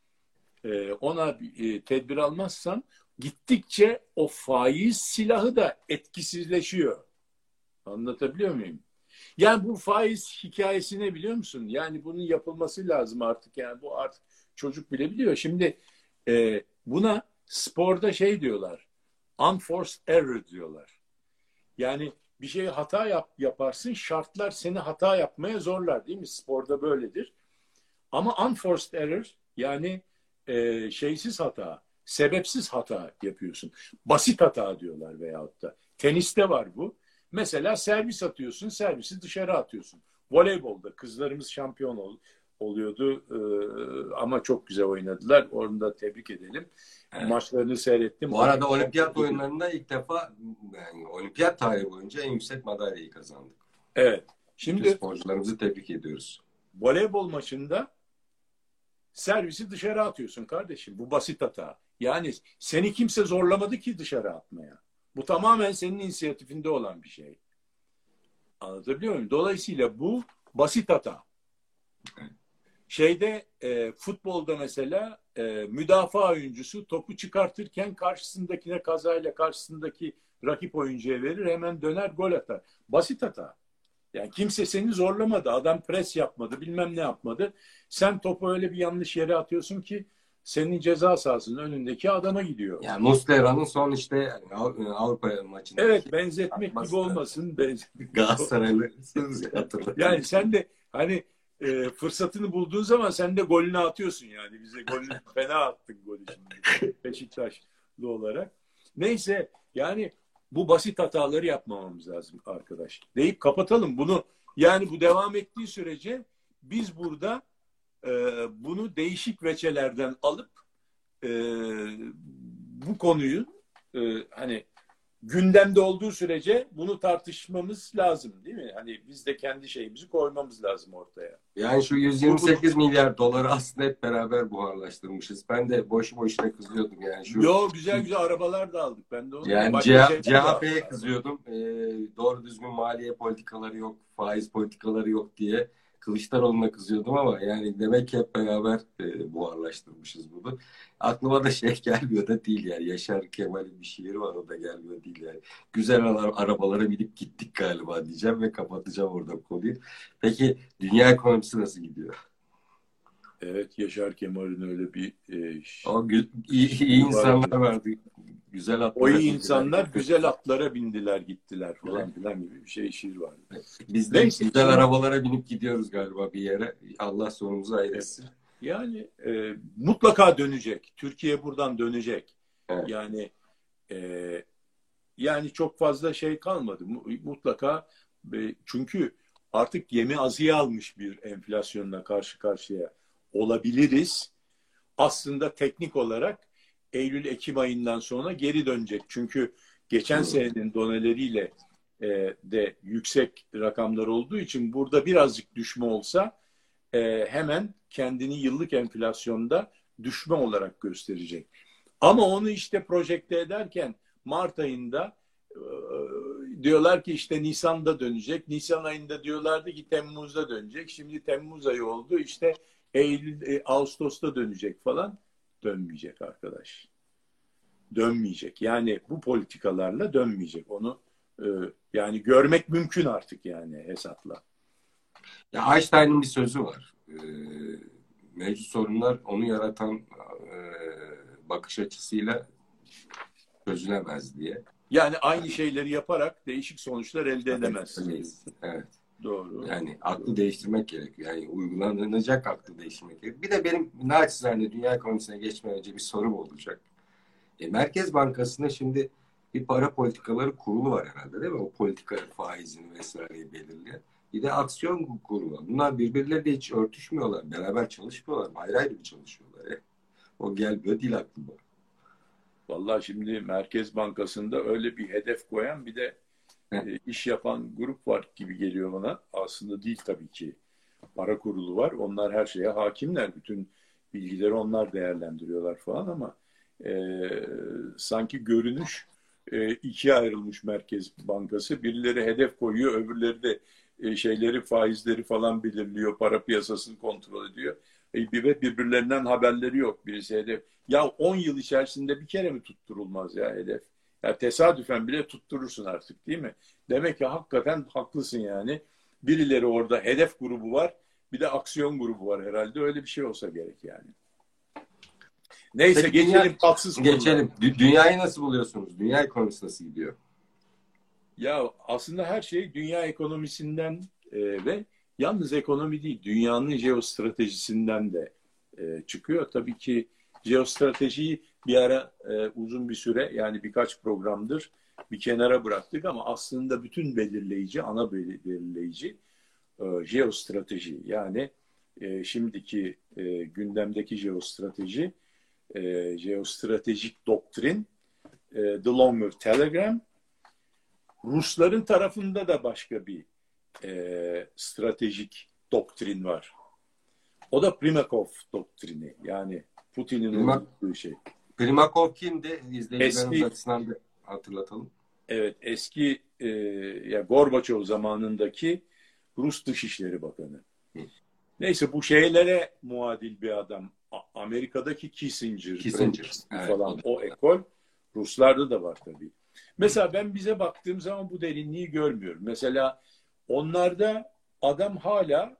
ona tedbir almazsan gittikçe o faiz silahı da etkisizleşiyor. Anlatabiliyor muyum? Yani bu faiz hikayesi ne biliyor musun? Yani bunun yapılması lazım artık. Yani bu artık çocuk bile biliyor. Şimdi buna sporda şey diyorlar. Unforced error diyorlar. Yani bir şeye hata yaparsın, şartlar seni hata yapmaya zorlar, değil mi? Sporda böyledir. Ama unforced error, yani şeysiz hata, sebepsiz hata yapıyorsun. Basit hata diyorlar veyahut da. Teniste var bu. Mesela servis atıyorsun, servisi dışarı atıyorsun. Voleybolda kızlarımız şampiyon oluyordu ama çok güzel oynadılar. Onu da tebrik edelim. Evet. Maçlarını seyrettim. Bu arada olimpiyat oyunlarında ilk defa, yani olimpiyat tarihi boyunca en yüksek madalyayı kazandık. Evet. Şimdi sporcularımızı tebrik ediyoruz. Voleybol maçında servisi dışarı atıyorsun kardeşim. Bu basit hata. Yani seni kimse zorlamadı ki dışarı atmaya. Bu tamamen senin inisiyatifinde olan bir şey. Anlatabiliyor muyum? Dolayısıyla bu basit hata. Futbolda mesela müdafaa oyuncusu topu çıkartırken karşısındakine kazayla karşısındaki rakip oyuncuya verir, hemen döner gol atar. Basit hata. Yani kimse seni zorlamadı. Adam pres yapmadı, bilmem ne yapmadı. Sen topu öyle bir yanlış yere atıyorsun ki senin ceza sahasının önündeki adama gidiyor. Yani Muslera'nın son işte Avrupa maçında. Evet, benzetmek gibi olmasın. Galatasaraylısınız hatırlayın. Yani sen de hani fırsatını bulduğun zaman sen de golünü atıyorsun yani. Bize golünü fena attın golü şimdi. Beşiktaşlı olarak. Neyse yani bu basit hataları yapmamamız lazım arkadaş. Deyip kapatalım bunu. Yani bu devam ettiği sürece biz burada bunu değişik veçelerden alıp bu konuyu hani gündemde olduğu sürece bunu tartışmamız lazım, değil mi? Hani biz de kendi şeyimizi koymamız lazım ortaya. Yani şu 128 milyar doları aslında hep beraber buharlaştırmışız. Ben de boşu boşuna kızıyordum yani. Güzel arabalar da aldık. Ben de onu. Yani CHP'ye kızıyordum. Doğru düzgün maliye politikaları yok, faiz politikaları yok diye. Kılıçdaroğlu'na kızıyordum ama yani demek ki hep beraber buharlaştırmışız bunu. Aklıma da şey gelmiyor da değil yani. Yaşar Kemal'in bir şiiri var, o da gelmiyor değil yani. Güzel arabalara binip gittik galiba diyeceğim ve kapatacağım orada konuyu. Peki dünya ekonomisi nasıl gidiyor? Evet, Yaşar Kemal'in öyle bir İyi şiiri insanlar vardı. vardı. Güzel O atlara iyi bindiler insanlar güzel gittiler. atlara bindiler gittiler falan filan gibi bir şiir vardı. Biz de Neyse güzel şimdi arabalara binip gidiyoruz galiba bir yere. Allah sonumuzu evet, hayretsin. yani mutlaka dönecek. Türkiye buradan dönecek. Evet. Yani e, yani çok fazla şey kalmadı. Mutlaka çünkü artık yemi azıya almış bir enflasyonla karşı karşıya olabiliriz. Aslında teknik olarak Eylül-Ekim ayından sonra geri dönecek. Çünkü geçen Hı. senenin doneleriyle de yüksek rakamlar olduğu için burada birazcık düşme olsa hemen kendini yıllık enflasyonda düşme olarak gösterecek. Ama onu işte projekte ederken Mart ayında diyorlar ki işte Nisan'da dönecek. Nisan ayında diyorlardı ki Temmuz'da dönecek. Şimdi Temmuz ayı oldu. İşte Eylül, Ağustos'ta dönecek falan. Dönmeyecek arkadaş. Dönmeyecek. Yani bu politikalarla dönmeyecek. Onu e, yani görmek mümkün artık yani hesapla. Ya Einstein'ın bir sözü var. Mevcut sorunlar onu yaratan bakış açısıyla çözülemez diye. Yani aynı şeyleri yaparak değişik sonuçlar elde edemezsin Öyleyiz. diyorsun. Evet. Doğru. Yani aklı Doğru. değiştirmek gerekiyor. Yani uygulanacak aklı değiştirmek gerekiyor. Bir de benim naçizane dünya ekonomisine geçmeden önce bir sorum olacak. Merkez Bankası'nda şimdi bir para politikaları kurulu var herhalde değil mi? O politika faizini vesaireyi belirleyen. Bir de aksiyon kurulu var. Bunlar birbirleriyle hiç örtüşmüyorlar. Beraber çalışmıyorlar. Ayrı ayrı bir çalışıyorlar. O gelmiyor değil aklıma. Vallahi şimdi Merkez Bankası'nda öyle bir hedef koyan bir de iş yapan grup var gibi geliyor bana. Aslında değil tabii ki. Para kurulu var. Onlar her şeye hakimler. Bütün bilgileri onlar değerlendiriyorlar falan ama e, sanki görünüş ikiye ayrılmış Merkez Bankası. Birileri hedef koyuyor, öbürleri de şeyleri, faizleri falan belirliyor, para piyasasını kontrol ediyor. Ve birbirlerinden haberleri yok. Birisi hedef. Ya 10 yıl içerisinde bir kere mi tutturulmaz ya hedef? Ya tesadüfen bile tutturursun artık değil mi? Demek ki hakikaten haklısın yani. Birileri orada hedef grubu var. Bir de aksiyon grubu var herhalde. Öyle bir şey olsa gerek yani. Neyse Peki dünya geçelim tatsız konulara. geçelim. Dünyayı nasıl buluyorsunuz? Dünya ekonomisi nasıl gidiyor? Ya aslında her şey dünya ekonomisinden ve yalnız ekonomi değil, dünyanın jeostratejisinden de çıkıyor. Tabii ki jeostratejiyi bir ara uzun bir süre yani birkaç programdır bir kenara bıraktık ama aslında bütün belirleyici, ana belirleyici jeostrateji. Yani şimdiki gündemdeki jeostrateji, jeostratejik doktrin, The Longer Telegram. Rusların tarafında da başka bir stratejik doktrin var. O da Primakov doktrini. Yani Putin'in Primak uyguladığı şey. Primakov kimdi? İzleyicilerimiz Eski açısından da hatırlatalım. evet eski ya Gorbaçov zamanındaki Rus Dışişleri Bakanı. Hı. Neyse bu şeylere muadil bir adam. Amerika'daki Kissinger, Kissinger. Brzezinski Evet. falan o ekol. Ruslarda da var tabii. Mesela ben bize baktığım zaman bu derinliği görmüyorum. Mesela onlarda adam hala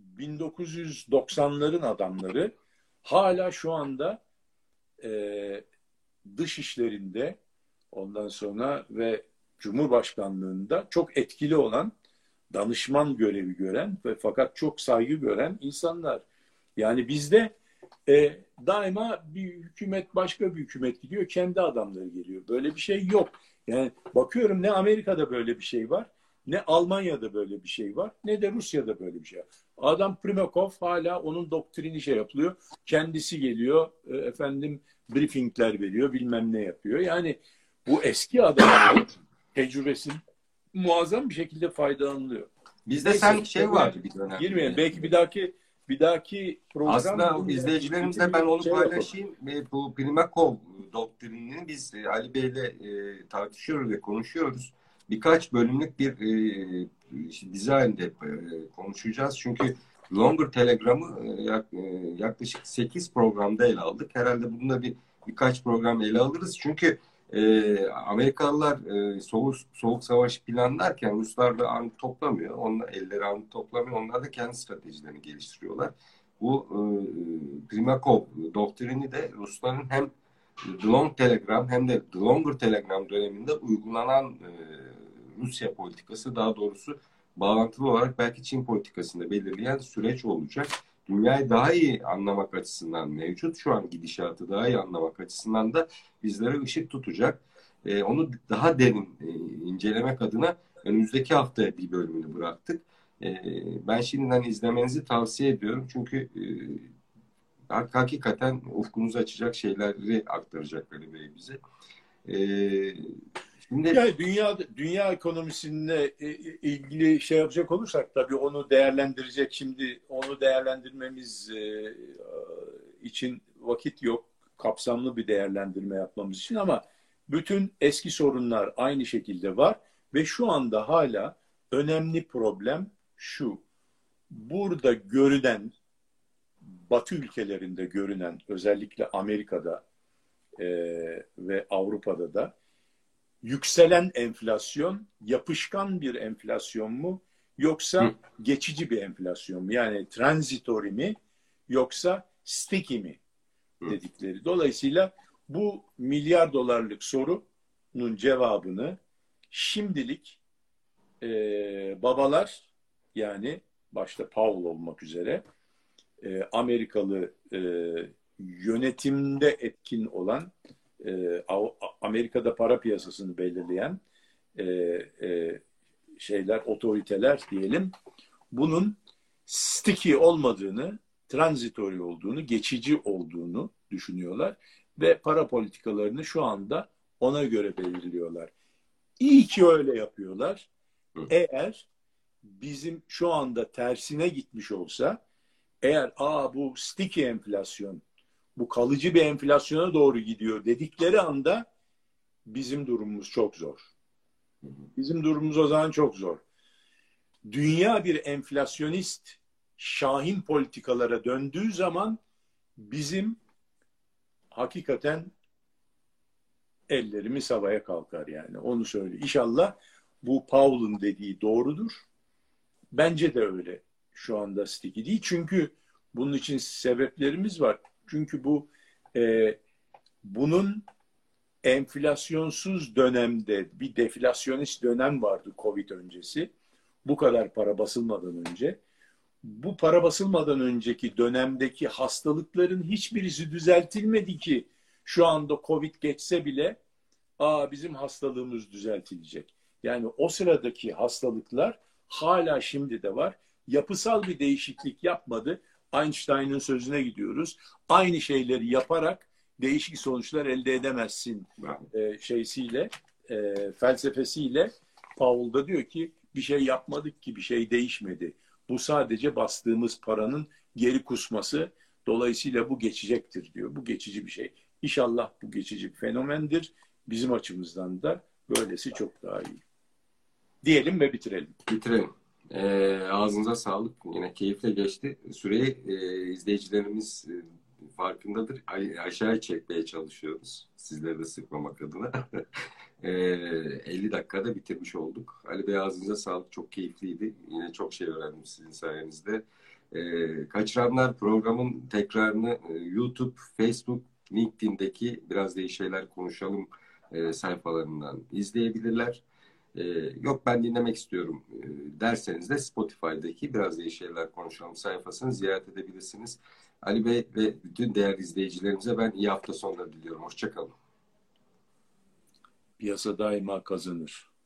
1990'ların adamları hala şu anda e, dış işlerinde ondan sonra ve Cumhurbaşkanlığında çok etkili olan danışman görevi gören ve fakat çok saygı gören insanlar. Yani bizde daima bir hükümet başka bir hükümet gidiyor, kendi adamları geliyor. Böyle bir şey yok. Yani bakıyorum ne Amerika'da böyle bir şey var, ne Almanya'da böyle bir şey var, ne de Rusya'da böyle bir şey var. Adam Primakov hala onun doktrini şey yapılıyor. Kendisi geliyor, efendim briefingler veriyor, bilmem ne yapıyor. Yani bu eski adamların tecrübesi muazzam bir şekilde faydalanılıyor. Bizde Neyse sanki şey konuya vardı bir dönem. girmeyelim. Belki bir dahaki program Aslında bununla izleyicilerimizle ilgili ben bir onu şey yapalım. paylaşayım. Bu Primakov doktrinini biz Ali Bey'le tartışıyoruz ve konuşuyoruz. Birkaç bölümlük bir işte dizi halinde konuşacağız. Çünkü Longer Telegram'ı yaklaşık 8 programda ele aldık. Herhalde bunda birkaç program ele alırız. Çünkü Amerikalılar soğuk savaş planlarken Ruslar da armut toplamıyor. Onlar elleri armut toplamıyor. Onlar da kendi stratejilerini geliştiriyorlar. Bu Primakov doktrini de Rusların hem The Long Telegram hem de The Longer Telegram döneminde uygulanan Rusya politikası, daha doğrusu bağlantılı olarak belki Çin politikasını belirleyen süreç olacak. Dünyayı daha iyi anlamak açısından, mevcut şu an gidişatı daha iyi anlamak açısından da bizlere ışık tutacak. Onu daha derin incelemek adına önümüzdeki hafta bir bölümünü bıraktık. Ben şimdiden izlemenizi tavsiye ediyorum. Çünkü hakikaten ufkunuzu açacak şeyleri aktaracak Ali Bey bize. Şimdi Yani dünya ekonomisine ilgili şey yapacak olursak tabii onu değerlendirecek, şimdi onu değerlendirmemiz için vakit yok. Kapsamlı bir değerlendirme yapmamız için, ama bütün eski sorunlar aynı şekilde var ve şu anda hala önemli problem şu: burada görünen, Batı ülkelerinde görünen, özellikle Amerika'da ve Avrupa'da da yükselen enflasyon yapışkan bir enflasyon mu, yoksa geçici bir enflasyon mu? Yani transitory mi yoksa sticky mi dedikleri. Dolayısıyla bu milyar dolarlık sorunun cevabını şimdilik babalar, yani başta Powell olmak üzere Amerikalı yönetimde etkin olan, Amerika'da para piyasasını belirleyen otoriteler diyelim, bunun sticky olmadığını, transitory olduğunu, geçici olduğunu düşünüyorlar ve para politikalarını şu anda ona göre belirliyorlar. İyi ki öyle yapıyorlar. Eğer bizim şu anda tersine gitmiş olsa, eğer bu sticky enflasyon, bu kalıcı bir enflasyona doğru gidiyor dedikleri anda bizim durumumuz çok zor. Bizim durumumuz o zaman çok zor. Dünya bir enflasyonist, şahin politikalara döndüğü zaman bizim hakikaten ellerimiz havaya kalkar yani. Onu söyle. İnşallah bu Powell'ın dediği doğrudur. Bence de öyle. Şu anda sticky değil. Çünkü bunun için sebeplerimiz var. Çünkü bunun enflasyonsuz dönemde bir deflasyonist dönem vardı Covid öncesi. Bu kadar para basılmadan önce. Bu para basılmadan önceki dönemdeki hastalıkların hiçbirisi düzeltilmedi ki şu anda Covid geçse bile bizim hastalığımız düzeltilecek. Yani o sıradaki hastalıklar hala şimdi de var. Yapısal bir değişiklik yapmadı. Einstein'ın sözüne gidiyoruz. Aynı şeyleri yaparak değişik sonuçlar elde edemezsin felsefesiyle. Powell da diyor ki bir şey yapmadık ki, bir şey değişmedi. Bu sadece bastığımız paranın geri kusması. Dolayısıyla bu geçecektir diyor. Bu geçici bir şey. İnşallah bu geçici bir fenomendir. Bizim açımızdan da böylesi çok daha iyi. Diyelim ve bitirelim. Bitirelim. Ağzınıza sağlık. Yine keyifle geçti. Süreyi izleyicilerimiz farkındadır. Aşağıya çekmeye çalışıyoruz. Sizleri de sıkmamak adına. 50 dakikada bitirmiş olduk. Ali Bey, ağzınıza sağlık. Çok keyifliydi. Yine çok şey öğrendim sizin sayenizde. Kaçıranlar programın tekrarını YouTube, Facebook, LinkedIn'deki Biraz Değiş Şeyler Konuşalım sayfalarından izleyebilirler. Yok ben dinlemek istiyorum derseniz de Spotify'daki Biraz Değiş Şeyler Konuşalım sayfasını ziyaret edebilirsiniz. Ali Bey ve bütün değerli izleyicilerimize ben iyi hafta sonları diliyorum. Hoşça kalın. Piyasa daima kazanır.